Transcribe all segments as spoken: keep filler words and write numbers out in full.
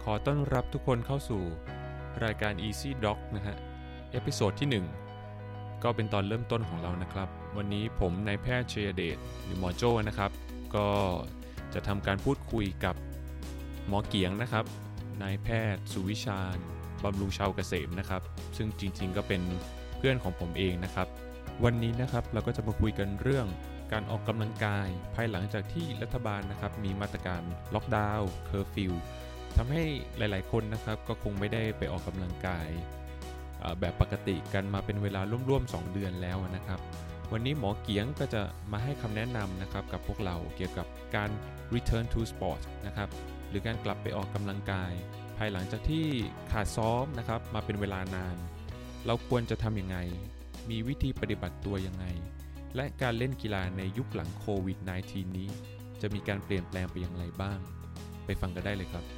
อต้อนรับทุกคนเข้าสู่รายการ Easy Doc นะฮะเอพิโซดที่หนึ่งก็เป็นตอนเริ่มต้นของเรานะครับวันนี้ผมนายแพทย์ชัยเดชหรือหมอโจ้นะครับก็จะทำการพูดคุยกับหมอเกียงนะครับนายแพทย์สุวิชาญบำรุงชาวเกษมนะครับซึ่งจริงๆก็เป็นเพื่อนของผมเองนะครับวันนี้นะครับเราก็จะมาคุยกันเรื่องการออกกำลังกายภายหลังจากที่รัฐบาลนะครับมีมาตรการล็อกดาวน์เคอร์ฟิวทำให้หลายๆคนนะครับก็คงไม่ได้ไปออกกำลังกายแบบปกติกันมาเป็นเวลาร่วมๆสองเดือนแล้วนะครับวันนี้หมอเกียงก็จะมาให้คำแนะนำนะครับกับพวกเราเกี่ยวกับการ return to sport นะครับหรือการกลับไปออกกำลังกายภายหลังจากที่ขาดซ้อมนะครับมาเป็นเวลานานเราควรจะทำยังไงมีวิธีปฏิบัติตัวยังไงและการเล่นกีฬาในยุคหลังโควิด สิบเก้า นี้จะมีการเปลี่ยนแปลงไปอย่างไรบ้างไปฟังกันได้เลยครับ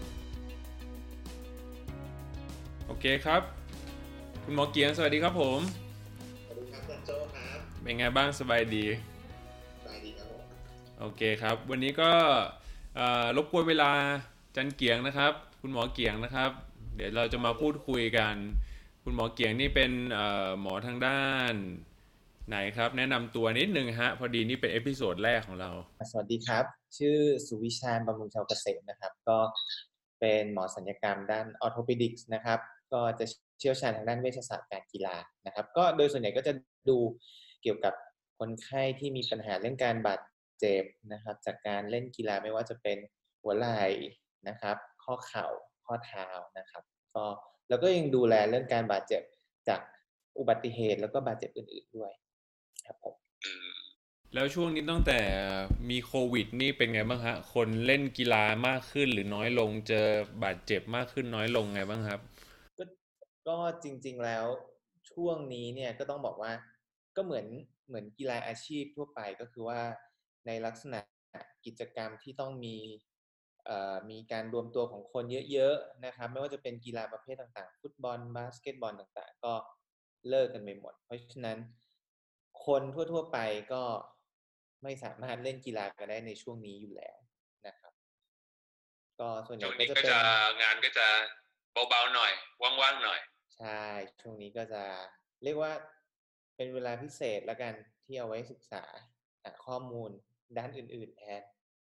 โอเคครับคุณหมอเกียงสวัสดีครับผมสวัสดีครับคุณโจครับเป็นไงบ้างสบายดีสบายดีครับผมโอเคครับวันนี้ก็รบกวนเวลาจันเกียงนะครับคุณหมอเกียงนะครับเดี๋ยวเราจะมาพูดคุยกันคุณหมอเกียงนี่เป็นหมอทางด้านไหนครับแนะนำตัวนิดนึงฮะพอดีนี่เป็นเอพิโซดแรกของเราสวัสดีครับชื่อสุวิชาญบำรุงชาวเกษมนะครับก็เป็นหมอศัลยกรรมด้านออร์โทปิดิกส์นะครับก็จะเชี่ยวชาญทางด้านเวชศาสตร์การกีฬานะครับก็โดยส่วนใหญ่ก็จะดูเกี่ยวกับคนไข้ที่มีปัญหาเรื่องการบาดเจ็บนะครับจากการเล่นกีฬาไม่ว่าจะเป็นหัวไหล่นะครับข้อเข่าข้อเท้านะครับก็แล้วก็ยังดูแลเรื่องการบาดเจ็บจากอุบัติเหตุแล้วก็บาดเจ็บอื่นๆด้วยครับผมแล้วช่วงนี้ตั้งแต่มีโควิดนี่เป็นไงบ้างฮะคนเล่นกีฬามากขึ้นหรือน้อยลงเจอบาดเจ็บมากขึ้นน้อยลงไงบ้างครับก็ก็จริงๆแล้วช่วงนี้เนี่ยก็ต้องบอกว่าก็เหมือนเหมือนกีฬาอาชีพทั่วไปก็คือว่าในลักษณะกิจกรรมที่ต้องมีเอ่อมีการรวมตัวของคนเยอะๆนะครับไม่ว่าจะเป็นกีฬาประเภทต่างๆฟุตบอลบาสเกตบอลต่างๆก็เลิกกันไปหมดเพราะฉะนั้นคนทั่วๆไปก็ไม่สามารถเล่นกีฬากันได้ในช่วงนี้อยู่แล้วนะครับก็ส่วนใหญ่ก็จะเป็นงานก็จะเบาๆหน่อยว่างๆหน่อยใช่ช่วงนี้ก็จะเรียกว่าเป็นเวลาพิเศษแล้วกันที่เอาไว้ศึกษาหาข้อมูลด้านอื่นๆแทน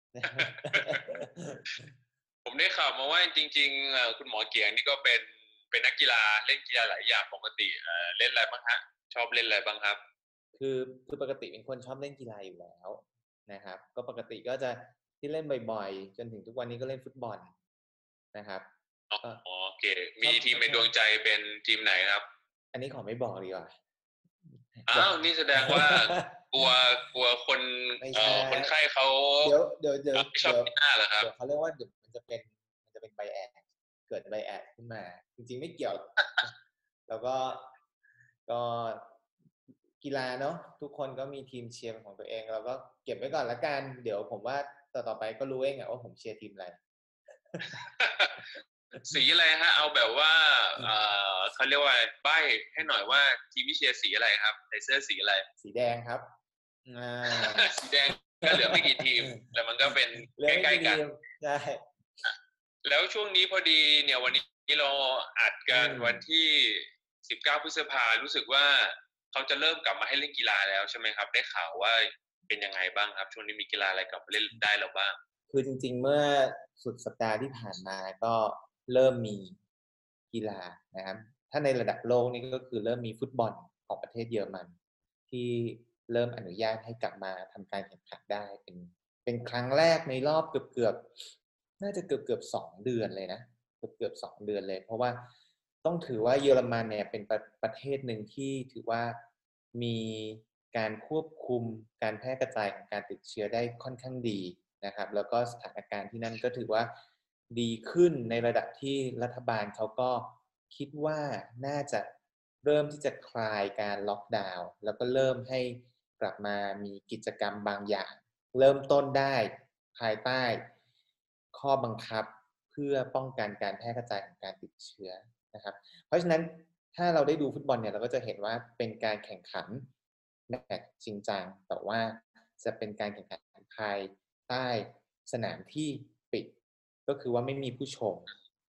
ผมได้ข่าวมาว่าจริงๆคุณหมอเกียงนี่ก็เป็นเป็นนักกีฬาเล่นกีฬาหลายอย่างปกติเล่นอะไรบ้างฮะชอบเล่นอะไรบ้างครับคือคือปกติเป็นคนชอบเล่นกีฬาอยู่แล้วนะครับก็ปกติก็จะที่เล่นบ่อยๆจนถึงทุกวันนี้ก็เล่นฟุตบอลนะครับอ๋อโอเคมีทีมในดวงใจเป็นทีมไหนครับอันนี้ขอไม่บอกดีกว่าอ้าวนี่แสดงว่ากลัวกลัวคนเอ่อคนไข้เขาเดี๋ยวเดี๋ยวเดี๋ยวชอบที่หน้าเหรอครับเดี๋ยวเขาเรียกว่าเดี๋ยวมันจะเป็นมันจะเป็นไบแอสเกิดไบแอสขึ้นมาจริงๆไม่เกี่ยวแล้วก็ก็กีฬาเนาะทุกคนก็มีทีมเชียร์ของตัวเองเราก็เก็บไว้ก่อนละกันเดี๋ยวผมว่าต่อต่อไปก็รู้เองอะว่าผมเชียร์ทีมอะไรสีอะไรฮะเอาแบบว่าเอ่อเขาเรียกว่าใบ้ให้หน่อยว่าทีมที่เชียร์สีอะไรครับใส่เสื้อสีอะไรสีแดงครับอ่าสีแดงก็เหลือไม่กี่ทีมแต่มันก็เป็นใกล้ๆกันใช่แล้วช่วงนี้พอดีเนี่ยวันนี้เราอัดกันวันที่สิบเก้าพฤษภารู้สึกว่าเขาจะเริ่มกลับมาให้เล่นกีฬาแล้วใช่ไหมครับได้ข่าวว่าเป็นยังไงบ้างครับช่วงนี้มีกีฬาอะไรกลับมาเล่นได้แล้วบ้างคือจริงๆเมื่อสุดสัปดาห์ที่ผ่านมาก็เริ่มมีกีฬานะครับถ้าในระดับโลกนี่ก็คือเริ่มมีฟุตบอลของประเทศเยอรมันที่เริ่มอนุญาตให้กลับมาทำการแข่งขันได้เป็นเป็นครั้งแรกในรอบเกือบๆน่าจะเกือบๆสองเดือนเลยนะเกือบๆสองเดือนเลยเพราะว่าต้องถือว่าเยอรมันเนี่ยเป็นประประเทศหนึ่งที่ถือว่ามีการควบคุมการแพร่กระจายของการติดเชื้อได้ค่อนข้างดีนะครับแล้วก็สถานการณ์ที่นั่นก็ถือว่าดีขึ้นในระดับที่รัฐบาลเขาก็คิดว่าน่าจะเริ่มที่จะคลายการล็อกดาวน์แล้วก็เริ่มให้กลับมามีกิจกรรมบางอย่างเริ่มต้นได้ภายใต้ข้อบังคับเพื่อป้องกันการแพร่กระจายของการติดเชื้อนะครับเพราะฉะนั้นถ้าเราได้ดูฟุตบอลเนี่ยเราก็จะเห็นว่าเป็นการแข่งขันแบบจริงจังแต่ว่าจะเป็นการแข่งขันภายใต้สนามที่ปิดก็คือว่าไม่มีผู้ชม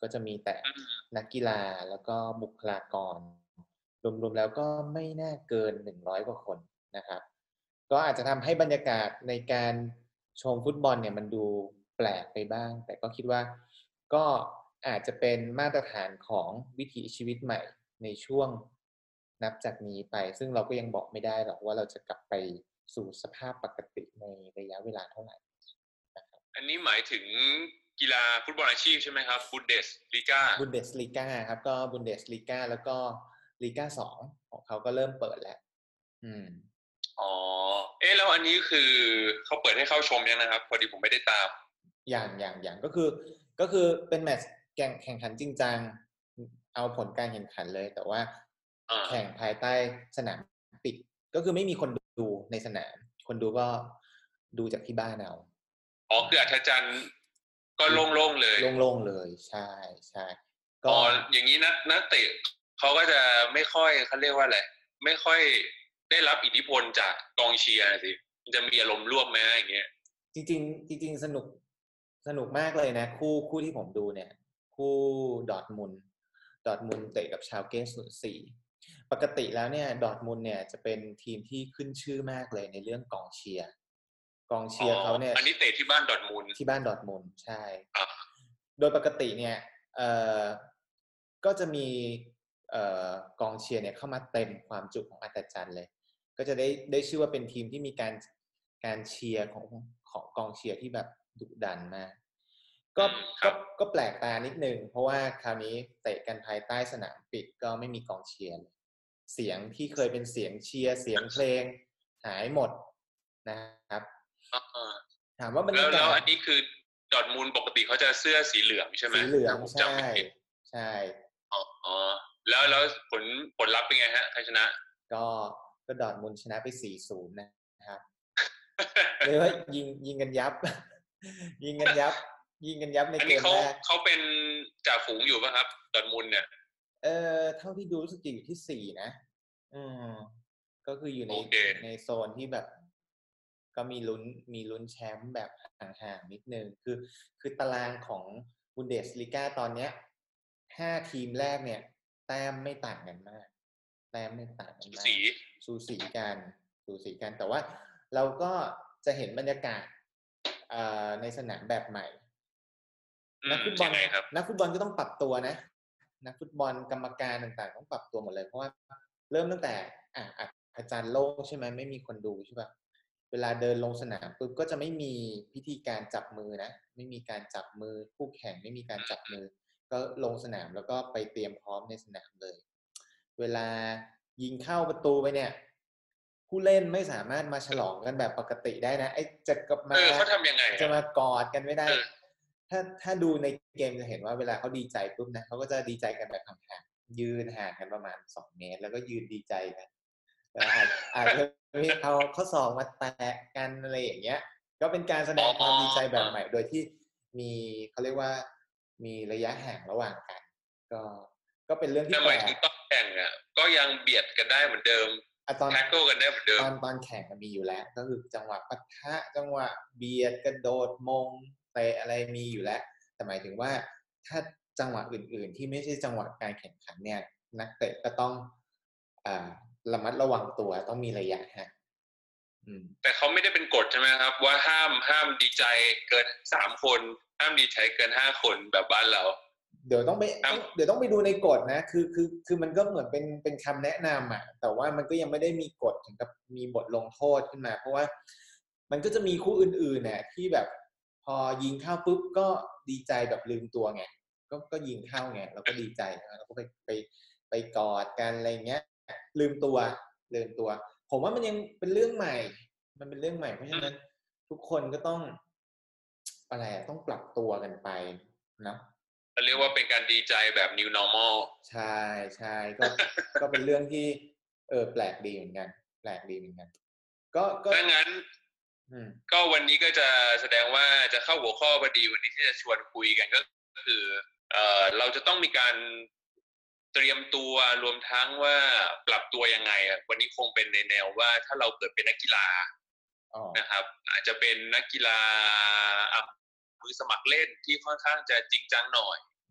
ก็จะมีแต่นักกีฬาแล้วก็บุคลากรรวมๆแล้วก็ไม่น่าเกินหนึ่งร้อยกว่าคนนะครับก็อาจจะทำให้บรรยากาศในการชมฟุตบอลเนี่ยมันดูแปลกไปบ้างแต่ก็คิดว่าก็อาจจะเป็นมาตรฐานของวิถีชีวิตใหม่ในช่วงนับจากนี้ไปซึ่งเราก็ยังบอกไม่ได้หรอกว่าเราจะกลับไปสู่สภาพปกติในระยะเวลาเท่าไหร่นะครับอันนี้หมายถึงกีฬาฟุตบอลอาชีพใช่ไหมครับบุนเดสลีกาบุนเดสลีกาครับก็บุนเดสลีกาแล้วก็ลีกาสองของเขาก็เริ่มเปิดแล้วอืมอ๋อเอ๊ะแล้วอันนี้คือเขาเปิดให้เข้าชมยังนะครับพอดีผมไม่ได้ตามอย่างอย่างอย่างก็คือก็คือเป็นแมตช์แข่งแข่งขันจริงจังเอาผลการแข่งขันเลยแต่ว่าแข่งภายใต้สนามปิดก็คือไม่มีคนดูในสนามคนดูก็ดูจากที่บ้านเอาอ๋อคืออัธจันทร์ก็โล่งๆเลยโล่งๆเลยใช่ใช่ก็อย่างนี้นักนักเตะเขาก็จะไม่ค่อยเขาเรียกว่าอะไรไม่ค่อยได้รับอิทธิพลจากกองเชียร์สิมันจะมีอารมณ์ร่วมไหมอย่างเงี้ยจริงๆจริงๆสนุกสนุกมากเลยนะคู่คู่ที่ผมดูเนี่ยคู่ดอร์ทมุนด์ดอร์ทมุนด์เตะกับชาลเก้ศูนย์สี่ปกติแล้วเนี่ยดอร์ทมุนด์เนี่ยจะเป็นทีมที่ขึ้นชื่อมากเลยในเรื่องกองเชียร์กองเชียร์เขาเนี่ยอันนี้เตะที่บ้านดอร์ทมุนด์ที่บ้านดอร์ทมุนด์ใช่โดยปกติเนี่ยเอ่อก็จะมีเอ่อกองเชียร์เนี่ยเข้ามาเต็มความจุของอัศจรรย์เลยก็จะได้ได้ชื่อว่าเป็นทีมที่มีการการเชียร์ของของกองเชียร์ที่แบบดุดันมากก็ก็ก็แปลกตานิดนึงเพราะว่าคราวนี้เตะกันภายใต้สนามปิดก็ไม่มีกองเชียร์เสียงที่เคยเป็นเสียงเชียร์เสียงเพลงหายหมดนะครับถามว่าบรรยากาศแล้วอันนี้คือดอร์ทมุนด์ปกติเขาจะเสื้อสีเหลืองใช่ไหมสีเหลืองใช่ใช่อ๋อแล้วแล้วผลผลลัพธ์เป็นไงฮะใครชนะก็ก็ดอร์ทมุนด์ชนะไป สี่ศูนย์ นะครับเรียกว่ายิงยิงกันยับยิงกันยับยิงกันยับในเกมแรกเขาเป็นจ่าฝูงอยู่ป่ะครับดอร์ทมุนด์เนี่ยเออเท่าที่ดูรู้สึกอยู่ที่สี่นะอืมก็คืออยู่ในในโซนที่แบบก็มีลุ้นมีลุ้นแชมป์แบบห่างๆนิดนึงคือคือตารางของบุนเดสลีกาตอนเนี้ยห้าทีมแรกเนี่ยแต้มไม่ต่างกันมากแต้มไม่ต่างกันมากสูสีกันสูสีกันแต่ว่าเราก็จะเห็นบรรยากาศในสนามแบบใหม่นักฟุตบอลนักฟุตบอลก็ต้องปรับตัวนะนักฟุตบอลกรรมการต่างๆต้องปรับตัวหมดเลยเพราะว่าเริ่มตั้งแต่อ่ะอาจารย์โล่งใช่ไหมไม่มีคนดูใช่ป่ะเวลาเดินลงสนามปุ๊บก็จะไม่มีพิธีการจับมือนะไม่มีการจับมือคู่แข่งไม่มีการจับมือก็ลงสนามแล้วก็ไปเตรียมพร้อมในสนามเลยเวลายิงเข้าประตูไปเนี่ยผู้เล่นไม่สามารถมาฉลองกันแบบปกติได้นะไอ้จะกลับมาเขาทำยังไงจะมากอดกันไม่ได้ถ้าถ้าดูในเกมจะเห็นว่าเวลาเขาดีใจปุ๊บนะเขาก็จะดีใจกันแบบห่างๆยืนห่างกันประมาณสองเมตรแล้วก็ยืนดีใจกันอาจอาจจะมีเอาข้อศอกมาแตะกันอะไรอย่างเงี้ยก็เป็นการแสดงความดีใจแบบใหม่โดยที่มีเขาเรียกว่ามีระยะห่างระหว่างกันก็ก็เป็นเรื่องที่แปลกแต่หมายถึงตอนแข่งอ่ะก็ยังเบียดกันได้เหมือนเดิมตอนแท็กเกิลกันได้เหมือนเดิมตอนตอนแข่งมีอยู่แล้วก็คือจังหวะปะทะจังหวะเบียดกระโดดมงเตะอะไรมีอยู่แล้วแต่หมายถึงว่าถ้าจังหวะอื่นๆที่ไม่ใช่จังหวะการแข่งขันเนี่ยนักเตะก็ต้องอ่าระมัดระวังตัวต้องมีระยะห่างแต่เขาไม่ได้เป็นกฎใช่ไหมครับว่าห้ามห้ามดีใจเกินสามคนห้ามดีใจเกินห้าคนแบบบ้านเราเดี๋ยวต้องไปเดี๋ยวต้องไปดูในกฎนะคือคือคือมันก็เหมือนเป็นเป็นคำแนะนำอ่ะแต่ว่ามันก็ยังไม่ได้มีกฎถึงกับมีบทลงโทษขึ้นมาเพราะว่ามันก็จะมีคู่อื่นๆเนี่ยที่แบบพอยิงเข้าปุ๊บก็ดีใจแบบลืมตัวไงก็ก็ยิงเข้าไงเราก็ดีใจแล้วก็ไปไปไปกอดกันอะไรเงี้ยลืมตัวลืมตัวผมว่ามันยังเป็นเรื่องใหม่มันเป็นเรื่องใหม่เพราะฉะนั้นทุกคนก็ต้องอะไรต้องปรับตัวกันไปนะเรียกว่าเป็นการดีใจแบบ new normal ใช่ใช่ก็ก็เป็นเรื่องที่เออแปลกดีเหมือนกันแปลกดีเหมือนกันก็ก็ถ้างั้นก็วันนี้ก็จะแสดงว่าจะเข้าหัวข้อพอดีวันนี้ที่จะชวนคุยกันก็คือเอ่อเราจะต้องมีการเตรียมตัวรวมทั้งว่าปรับตัวยังไงอ่ะวันนี้คงเป็นในแนวว่าถ้าเราเกิดเป็นนักกีฬานะครับอาจจะเป็นนักกีฬามือสมัครเล่นที่ค่อนข้างจะจริงจังหน่อย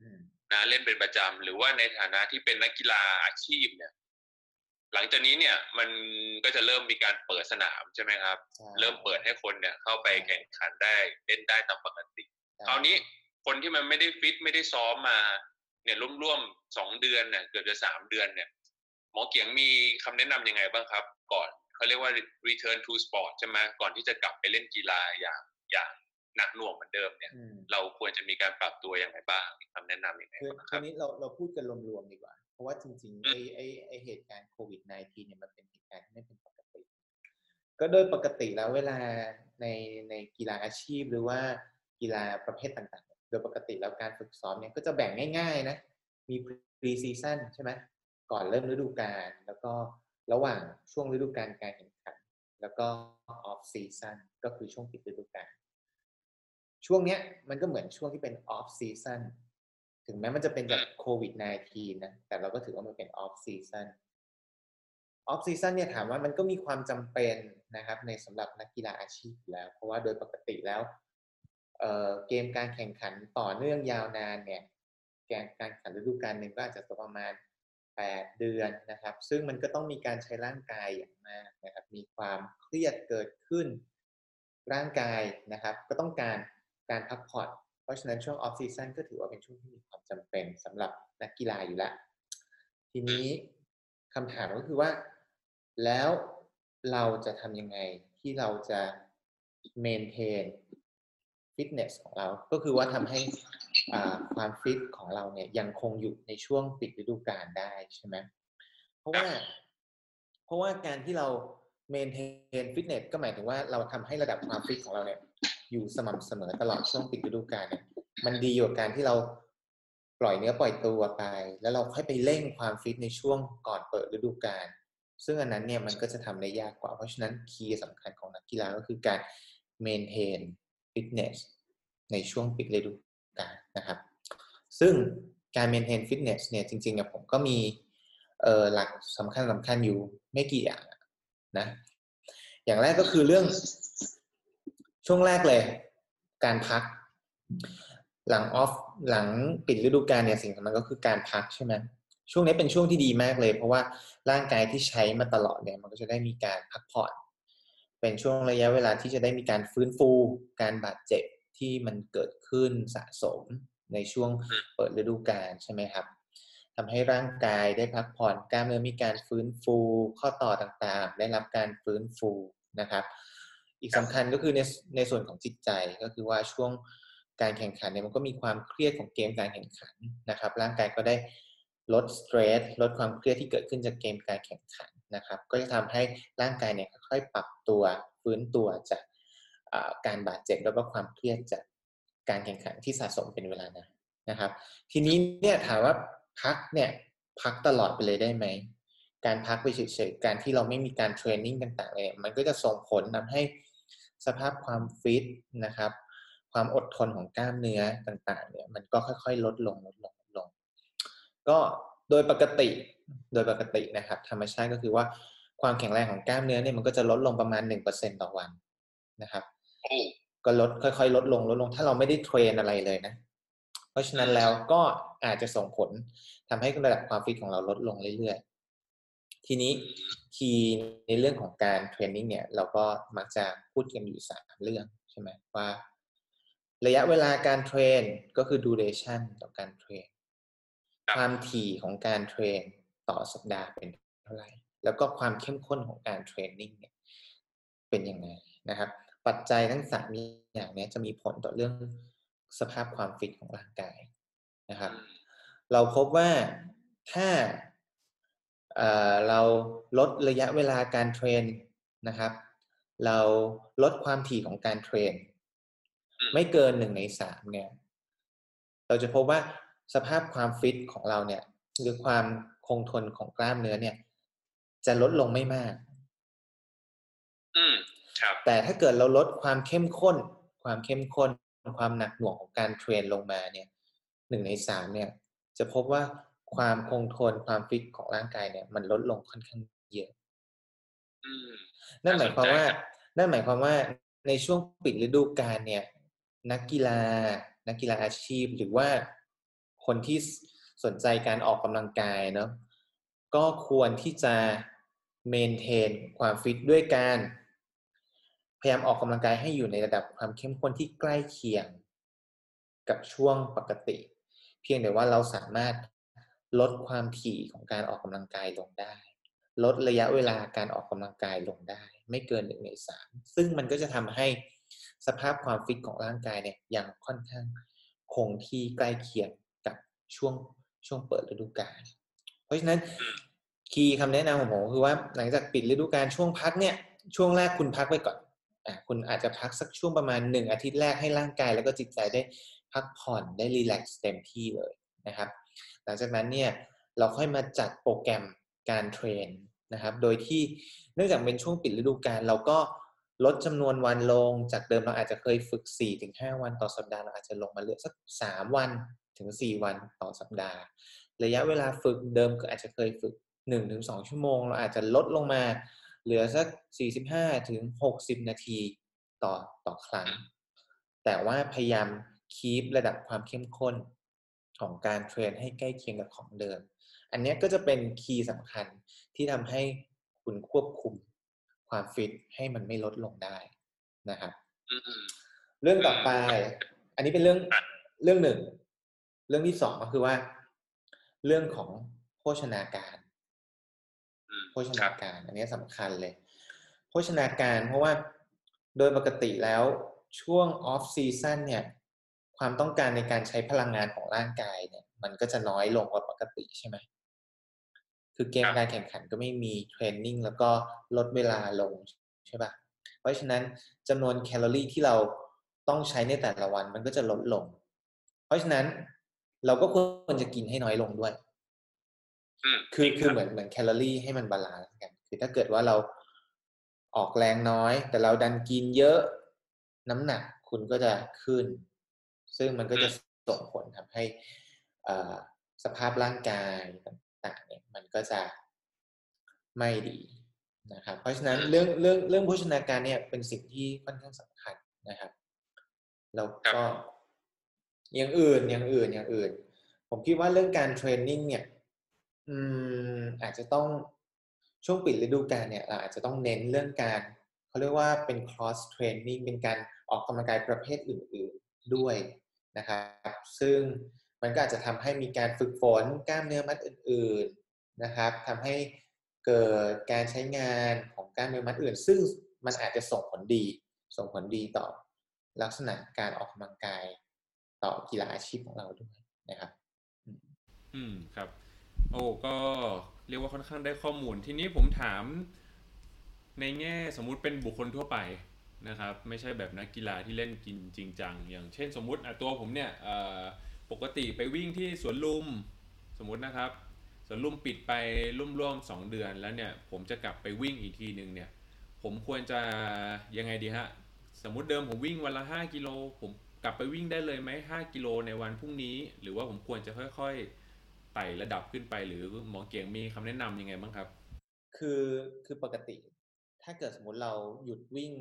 นะเล่นเป็นประจำหรือว่าในฐานะที่เป็นนักกีฬาอาชีพเนี่ยหลังจากนี้เนี่ยมันก็จะเริ่มมีการเปิดสนามใช่ไหมครับเริ่มเปิดให้คนเนี่ยเข้าไปแข่งขันได้เล่นได้ตามปกติคราวนี้คนที่มันไม่ได้ฟิตไม่ได้ซ้อมมาเนี่ยร่วมๆสองเดือนเนี่ยเกือบจะสามเดือนเนี่ยหมอเกียงมีคำแนะนำยังไงบ้างครับก่อนเขาเรียกว่า return to sport ใช่ไหมก่อนที่จะกลับไปเล่นกีฬาอย่างอย่างหนักหน่วงเหมือนเดิมเนี่ยเราควรจะมีการปรับตัวอย่างไรบ้างมีคำแนะนำยังไงบ้างครับทีนี้เราเราพูดกันรวมๆดีกว่าเพราะว่าจริงๆไอ้ไอ้ไอ้เหตุการณ์โควิด สิบเก้า เนี่ยมันเป็นเหตุการณ์ที่ไม่เป็นปกติก็โดยปกติแล้วเวลาในในกีฬาอาชีพหรือว่ากีฬาประเภทต่างๆโดยปกติแล้วการฝึกซ้อมเนี่ยก็จะแบ่งง่ายๆนะมี pre season ใช่ไหมก่อนเริ่มฤดูกาลแล้วก็ระหว่างช่วงฤดูกาลการแข่งขันแล้วก็ off season ก็คือช่วงปิดฤดูกาลช่วงเนี้ยมันก็เหมือนช่วงที่เป็น off season ถึงแม้มันจะเป็นจากโควิด สิบเก้า นะแต่เราก็ถือว่ามันเป็น off season off season เนี่ยถามว่ามันก็มีความจำเป็นนะครับในสำหรับนักกีฬาอาชีพแล้วเพราะว่าโดยปกติแล้ว เอ่อเกมการแข่งขันต่อเนื่องยาวนานเนี่ยการการแข่งขันฤดูกาลหนึ่งก็อาจจะประมาณแปดเดือนนะครับซึ่งมันก็ต้องมีการใช้ร่างกายอย่างมากนะครับมีความเครียดเกิดขึ้นร่างกายนะครับก็ต้องการการพักผ่อนเพราะฉะนั้นช่วง off season ก็ถือว่าเป็นช่วงที่มีความจำเป็นสำหรับนักกีฬาอยู่แล้วทีนี้คำถามก็คือว่าแล้วเราจะทำยังไงที่เราจะ maintainฟิตเนสของเราก็คือว่าทำให้ความฟิตของเราเนี่ยยังคงอยู่ในช่วงปิดฤดูกาลได้ใช่ไหมเพราะว่าเพราะว่าการที่เราเมนเทนฟิตเนสก็หมายถึงว่าเราทำให้ระดับความฟิตของเราเนี่ยอยู่สม่ำเสมอตลอดช่วงปิดฤดูกาลเนี่ยมันดีกว่าการที่เราปล่อยเนื้อปล่อยตัวไปแล้วเราค่อยไปเร่งความฟิตในช่วงก่อนเปิดฤดูกาลซึ่งอันนั้นเนี่ยมันก็จะทำได้ยากกว่าเพราะฉะนั้นคีย์สำคัญของนักกีฬาก็คือการเมนเทนฟิตเนสในช่วงปิดฤดูกาลนะครับซึ่งการ maintain fitness เนี่ยจริงๆเนี่ยผมก็มีเอ่อหลักสำคัญสำคัญอยู่ไม่กี่อย่างนะอย่างแรกก็คือเรื่องช่วงแรกเลยการพักหลังออฟหลังปิดฤดูกาลเนี่ยสิ่งสำคัญก็คือการพักใช่ไหมช่วงนี้เป็นช่วงที่ดีมากเลยเพราะว่าร่างกายที่ใช้มาตลอดเนี่ยมันก็จะได้มีการพักผ่อนเป็นช่วงระยะเวลาที่จะได้มีการฟื้นฟูการบาดเจ็บที่มันเกิดขึ้นสะสมในช่วงเปิดฤดูกาลใช่ไหมครับทำให้ร่างกายได้พักผ่อนกล้ามเนื้อมีการฟื้นฟูข้อต่อต่างๆได้รับการฟื้นฟูนะครับอีกสำคัญก็คือในในส่วนของจิตใจก็คือว่าช่วงการแข่งขันเนี่ยมันก็มีความเครียดของเกมการแข่งขันนะครับร่างกายก็ได้ลดสเตรสลดความเครียดที่เกิดขึ้นจากเกมการแข่งขันนะครับก็จะทำให้ร่างกายเนี่ยค่อยๆปรับตัวฟื้นตัวจากการบาดเจ็บแล้วก็ความเครียดจากการแข่งขันที่สะสมเป็นเวลานานนะครับทีนี้เนี่ยถามว่าพักเนี่ยพักตลอดไปเลยได้ไหมการพักไปเฉยๆการที่เราไม่มีการเทรนนิ่งต่างๆเลยมันก็จะส่งผลทำให้สภาพความฟิตนะครับความอดทนของกล้ามเนื้อต่างๆเนี่ยมันก็ค่อยๆลดลงลดลงลดลงก็โดยปกติโดยปกตินะครับธรรมชาติก็คือว่าความแข็งแรงของกล้ามเนื้อเนี่ยมันก็จะลดลงประมาณ หนึ่งเปอร์เซ็นต์ ต่อวันนะครับก็ลดค่อยๆลดลงลดลงถ้าเราไม่ได้เทรนอะไรเลยนะเพราะฉะนั้นแล้วก็อาจจะส่งผลทำให้ระดับความฟิตของเราลดลงเรื่อยๆทีนี้คีย์ในเรื่องของการเทรนนิ่งเนี่ยเราก็มักจะพูดกันอยู่สามเรื่องใช่ไหมว่าระยะเวลาการเทรนก็คือ duration ต่อการเทรนความถี่ของการเทรนต่อสัปดาห์เป็นเท่าไหร่แล้วก็ความเข้มข้นของการเทรนนิ่งเนี่ยเป็นยังไงนะครับปัจจัยทั้งสามอย่างนี้จะมีผลต่อเรื่องสภาพความฟิตของร่างกายนะครับเราพบว่าถ้าเอ่อเราลดระยะเวลาการเทรนนะครับเราลดความถี่ของการเทรนไม่เกินหนึ่งในสามเนี่ยเราจะพบว่าสภาพความฟิตของเราเนี่ยหรือความคงทนของกล้ามเนื้อเนี่ยจะลดลงไม่มากอืมครับแต่ถ้าเกิดเราลดความเข้มข้นความเข้มข้นความหนักหน่วงของการเทรนลงมาเนี่ยหนึ่งในสามเนี่ยจะพบว่าความคงทนความฟิตของร่างกายเนี่ยมันลดลงค่อนข้างเยอะนั่นหมายความว่านั่นหมายความว่าในช่วงปิดฤดูกาลเนี่ยนักกีฬานักกีฬาอาชีพหรือว่าคนที่สนใจการออกกำลังกายเนาะก็ควรที่จะเมนเทนความฟิตด้วยการพยายามออกกำลังกายให้อยู่ในระดับความเข้มข้นที่ใกล้เคียงกับช่วงปกติเพียงแต่ว่าเราสามารถลดความถี่ของการออกกำลังกายลงได้ลดระยะเวลาการออกกำลังกายลงได้ไม่เกินหนึ่งในสามซึ่งมันก็จะทำให้สภาพความฟิตของร่างกายเนี่ยยังค่อนข้างคงที่ใกล้เคียงกับช่วงช่วงเปิดฤดูกาลเพราะฉะนั้นคีย์คำแนะนำของผมคือว่าหลังจากปิดฤดูกาลช่วงพักเนี่ยช่วงแรกคุณพักไว้ก่อนอ่ะคุณอาจจะพักสักช่วงประมาณหนึ่งอาทิตย์แรกให้ร่างกายแล้วก็จิตใจได้พักผ่อนได้รีแลกซ์เต็มที่เลยนะครับหลังจากนั้นเนี่ยเราค่อยมาจัดโปรแกรมการเทรนนะครับโดยที่เนื่องจากเป็นช่วงปิดฤดูกาลเราก็ลดจำนวนวันลงจากเดิมเราอาจจะเคยฝึก สี่ถึงห้า วันต่อสัปดาห์เราอาจจะลงมาเหลือสักสามวันถึงสี่วันต่อสัปดาห์ระยะเวลาฝึกเดิมก็อาจจะเคยฝึก หนึ่งถึงสอง ชั่วโมงเราอาจจะลดลงมาเหลือสักสี่สิบห้าถึงหกสิบนาทีต่อต่อครั้งแต่ว่าพยายามคีประดับความเข้มข้นของการเทรนให้ใกล้เคียงกับของเดิมอันนี้ก็จะเป็นคีย์สำคัญที่ทำให้คุณควบคุมความฟิตให้มันไม่ลดลงได้นะครับเรื่องต่อไปอันนี้เป็นเรื่องเรื่องหนึ่งเรื่องที่สองก็คือว่าเรื่องของโภชนาการโภชนาการอันนี้สำคัญเลยโภชนาการเพราะว่าโดยปกติแล้วช่วงออฟซีซั่นเนี่ยความต้องการในการใช้พลังงานของร่างกายเนี่ยมันก็จะน้อยลงกว่าปกติใช่ไหมคือเกมการแข่งขันก็ไม่มีเทรนนิ่งแล้วก็ลดเวลาลงใช่ป่ะเพราะฉะนั้นจำนวนแคลอรี่ที่เราต้องใช้ในแต่ละวันมันก็จะลดลงเพราะฉะนั้นเราก็ควรจะกินให้น้อยลงด้วยคือคือเหมือนเหมือนแคลอรี่ให้มันบาลานซ์กันคือถ้าเกิดว่าเราออกแรงน้อยแต่เราดันกินเยอะน้ำหนักคุณก็จะขึ้นซึ่งมันก็จะส่งผลทำให้สภาพร่างกายต่างๆเนี่ยมันก็จะไม่ดีนะครับเพราะฉะนั้นเรื่องเรื่องเรื่องโภชนาการเนี่ยเป็นสิ่งที่ค่อนข้างสำคัญนะครับแล้วก็อย่างอื่นอย่างอื่นอย่างอื่นผมคิดว่าเรื่องการเทรนนิ่งเนี่ยอืมอาจจะต้องช่วงปิดฤดูกาลเนี่ยเราอาจจะต้องเน้นเรื่องการเขาเรียกว่าเป็น cross training เป็นการออกกำลังกายประเภทอื่นๆด้วยนะครับซึ่งมันก็อาจจะทำให้มีการฝึกฝนกล้ามเนื้อมัดอื่นๆนะครับทำให้เกิดการใช้งานของกล้ามเนื้อมัดอื่นซึ่งมันอาจจะส่งผลดีส่งผลดีต่อลักษณะการออกกำลังกายต่อกีฬาอาชีพของเราด้วยนะครับอืมครับโอ้ก็เรียกว่าค่อนข้างได้ข้อมูลทีนี้ผมถามในแง่สมมุติเป็นบุคคลทั่วไปนะครับไม่ใช่แบบนักกีฬาที่เล่นกินจริงจังอย่างเช่นสมมุติตัวผมเนี่ยปกติไปวิ่งที่สวนลุมสมมุตินะครับสวนลุมปิดไปร่วมๆสองเดือนแล้วเนี่ยผมจะกลับไปวิ่งอีกทีนึงเนี่ยผมควรจะยังไงดีฮะสมมุติเดิมผมวิ่งวันละห้ากิโลผมกลับไปวิ่งได้เลยไหมห้ากิโลในวันพรุ่งนี้หรือว่าผมควรจะค่อยๆไต่ระดับขึ้นไปหรือหมอเกียงมีคำแนะนำยังไงบ้างครับคือคือปกติถ้าเกิดสมมติเราหยุดวิ่ง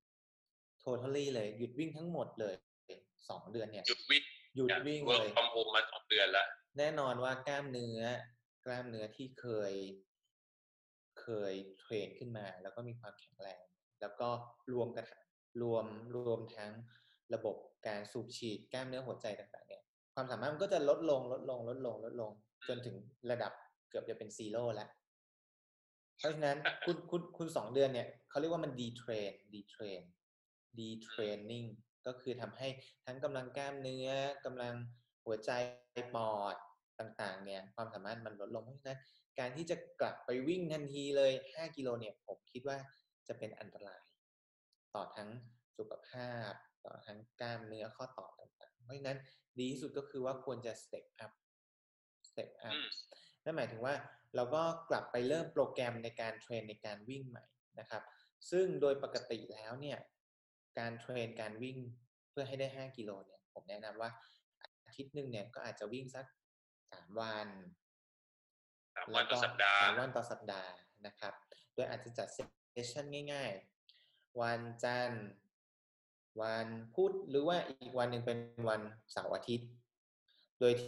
totally เลยหยุดวิ่งทั้งหมดเลยสองเดือนเนี่ยหยุดวิ่งหยุดวิ่งเลย work from home มาสองเดือนแล้วแน่นอนว่ากล้ามเนื้อกล้ามเนื้อที่เคยเคยเทรนขึ้นมาแล้วก็มีความแข็งแรงแล้วก็รวมกันรวมรวมทั้งระบบการสูบฉีดกล้ามเนื้อหัวใจต่างๆเนี่ยความสามารถมันก็จะลดลงลดลงลดลงลดลงจนถึงระดับเกือบจะเป็นซีโร่แล้วเพราะฉะนั้นคุณคุณคุณสองเดือนเนี่ยเขาเรียกว่ามันดีเทรนดีเทรนดีเทรนนิ่งก็คือทำให้ทั้งกำลังกล้ามเนื้อกำลังหัวใจปอดต่างๆเนี่ยความสามารถมันลดลงเพราะฉะนั้นการที่จะกลับไปวิ่งทันทีเลยห้ากิโลเนี่ยผมคิดว่าจะเป็นอันตรายต่อทั้งสุขภาพต่อทั้งกล้ามเนื้อข้อต่อต่างๆเพราะฉะนั้นดีที่สุดก็คือว่าควรจะ step up step up นั่นหมายถึงว่าเราก็กลับไปเริ่มโปรแกรมในการเทรนในการวิ่งใหม่นะครับซึ่งโดยปกติแล้วเนี่ยการเทรนการวิ่งเพื่อให้ได้ห้ากิโลเนี่ยผมแนะนำว่าอาทิตย์หนึ่งเนี่ยก็อาจจะวิ่งสักสามวันสามวันต่อสัปดาห์สามวันต่อสัปดาห์นะครับโดยอาจจะจัดเซสชั่นง่ายๆวันจันทร์วันพุธหรือว่าอีกวันหนึ่งเป็นวันเสาร์อาทิตย์โดย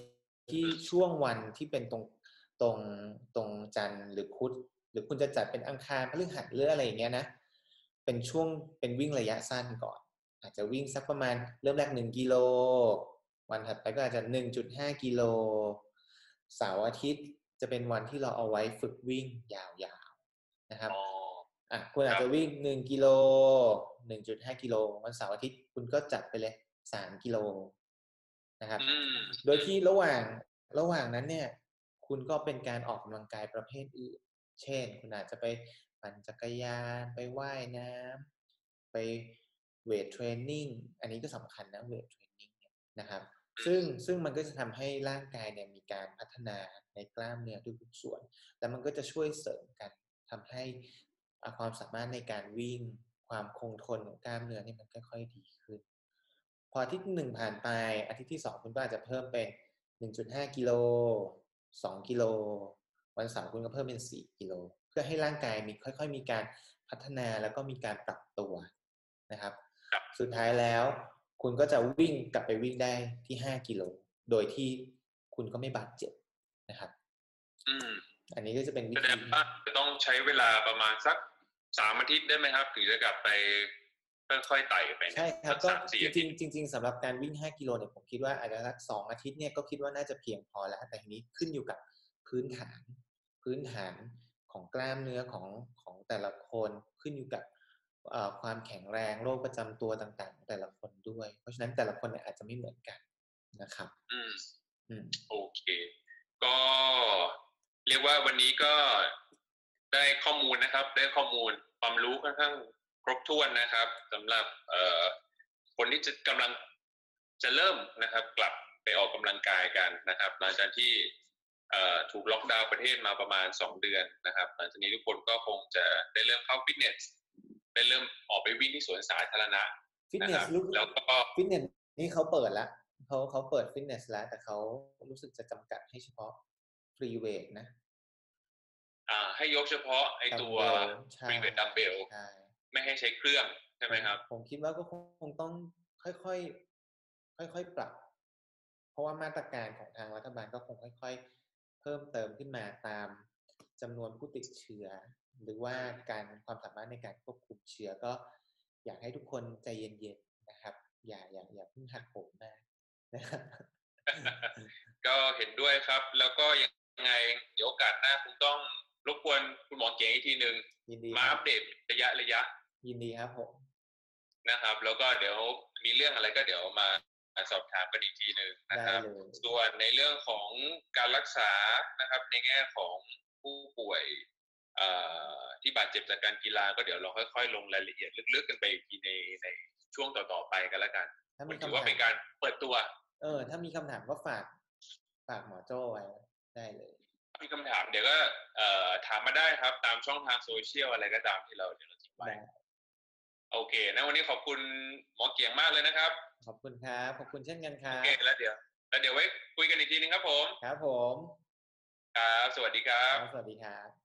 ที่ช่วงวันที่เป็นตรงตรงตรงจันทร์หรือพุธหรือคุณจะจัดเป็นอังคารพฤหัสหรืออะไรอย่างเงี้ยนะเป็นช่วงเป็นวิ่งระยะสั้นก่อนอาจจะวิ่งสักประมาณเริ่มแรกหนึ่งกิโลวันถัดไปก็อาจจะ หนึ่งจุดห้า กิโลเสาร์อาทิตย์จะเป็นวันที่เราเอาไว้ฝึกวิ่งยาวๆนะครับอ่ะคุณอาจจะวิ่งหนึ่งกิโล หนึ่งจุดห้า กิโลวันเสาร์อาทิตย์คุณก็จัดไปเลยสามกิโลนะครับโดยที่ระหว่างระหว่างนั้นเนี่ยคุณก็เป็นการออกกำลังกายประเภทอื่นเช่นคุณอาจจะไปปั่นจักรยานไปว่ายน้ำไปเวทเทรนนิ่งอันนี้ก็สำคัญนะเวทเทรนนิ่งเนี่ยนะครับซึ่งซึ่งมันก็จะทำให้ร่างกายเนี่ยมีการพัฒนาในกล้ามเนื้อทุกๆส่วนแล้วมันก็จะช่วยเสริมกันทำให้ความสามารถในการวิ่งความคงทนของกล้ามเนื้อนี่มันค่อยๆดีขึ้นพออาทิตย์หนึ่งผ่านไปอาทิตย์ที่สองคุณก็อาจจะเพิ่มเป็น หนึ่งจุดห้า กิโลสองกิโลวันเสาร์คุณก็เพิ่มเป็นสี่กิโลเพื่อให้ร่างกายมีค่อยๆมีการพัฒนาแล้วก็มีการปรับตัวนะครับสุดท้ายแล้วคุณก็จะวิ่งกลับไปวิ่งได้ที่ห้ากิโลโดยที่คุณก็ไม่บาดเจ็บนะครับอืมอันนี้ก็จะเป็นวิธีแสดงว่าจะต้องใช้เวลาประมาณสักสามอาทิตย์ได้ไหมครับถึงจะกลับไปค่อยๆไต่ไปใช่ครับก็จริงจริงๆสำหรับการวิ่งห้ากิโลเนี่ยผมคิดว่าอาจจะสักสองอาทิตย์เนี่ยก็คิดว่าน่าจะเพียงพอแล้วแต่ทีนี้ขึ้นอยู่กับพื้นฐานพื้นฐานของกล้ามเนื้อของของแต่ละคนขึ้นอยู่กับความแข็งแรงโรคประจำตัวต่างๆของแต่ละคนด้วยเพราะฉะนั้นแต่ละคนเนี่ยอาจจะไม่เหมือนกันนะครับอืมอืมโอเคก็เรียกว่าวันนี้ก็ได้ข้อมูลนะครับได้ข้อมูลความรู้ค่อนข้างครบถ้วนนะครับสำหรับคนที่จะกำลังจะเริ่มนะครับกลับไปออกกำลังกายกันนะครับหลังจากที่ถูกล็อกดาวน์ประเทศมาประมาณสองเดือนนะครับหลังจากนี้ทุกคนก็คงจะได้เริ่มเข้าฟิตเนสได้เริ่มออกไปวิ่งที่สวนสาธารณะฟิตเนสแล้วก็ฟิตเนสนี่เขาเปิดแล้วเขาเขาเปิดฟิตเนสแล้วแต่เขารู้สึกจะจำกัดให้เฉพาะฟรีเวทนะอ่าให้ยกเฉพาะไอตัวฟรีเวทดัมเบลไม่ให้ใช้เครื่องใช่ไหมครับผมคิดว่าก็คงต้องค่อยๆค่อยๆปรับเพราะว่ามาตรการของทางรัฐบาลก็คงค่อยๆเพิ่มเติมขึ้นมาตามจำนวนผู้ติดเชื้อหรือว่าการความสามารถในการควบคุมเชื้อก็อยากให้ทุกคนใจเย็นๆนะครับอย่าอย่าอย่าเพิ่งหักโหมมากนะครับก็เห็นด้วยครับแล้วก็ยังไงเดี๋ยวโอกาสหน้าคงต้องรบกวนคุณหมอเก๋อีกทีนึงมาอัปเดตระยะระยะยินดีครับผมนะครับแล้วก็เดี๋ยวมีเรื่องอะไรก็เดี๋ยวมาสอบถามกันอีกทีนึงนะครับส่วนในเรื่องของการรักษานะครับในแง่ของผู้ป่วยที่บาดเจ็บจากการกีฬาก็เดี๋ยวเราค่อยๆลงรายละเอียดลึกๆกันไปอีกทีในในช่วงต่อๆไปกันแล้วกันถือว่าเป็นการเปิดตัวเออถ้ามีคำถามก็ฝากฝากหมอโจ้ไว้ได้เลยมีคำถามเดี๋ยวก็เอ่อถามมาได้ครับตามช่องทางโซเชียลอะไรก็ตามที่เราเดี๋ยวเราทิ้งไว้โอเคนะวันนี้ขอบคุณหมอเกียงมากเลยนะครับขอบคุณครับขอบคุณเช่นกันครับโอเคแล้วเดี๋ยวแล้วเดี๋ยวไว้คุยกันอีกทีนึงครับผมครับผมครับสวัสดีครับสวัสดีครับ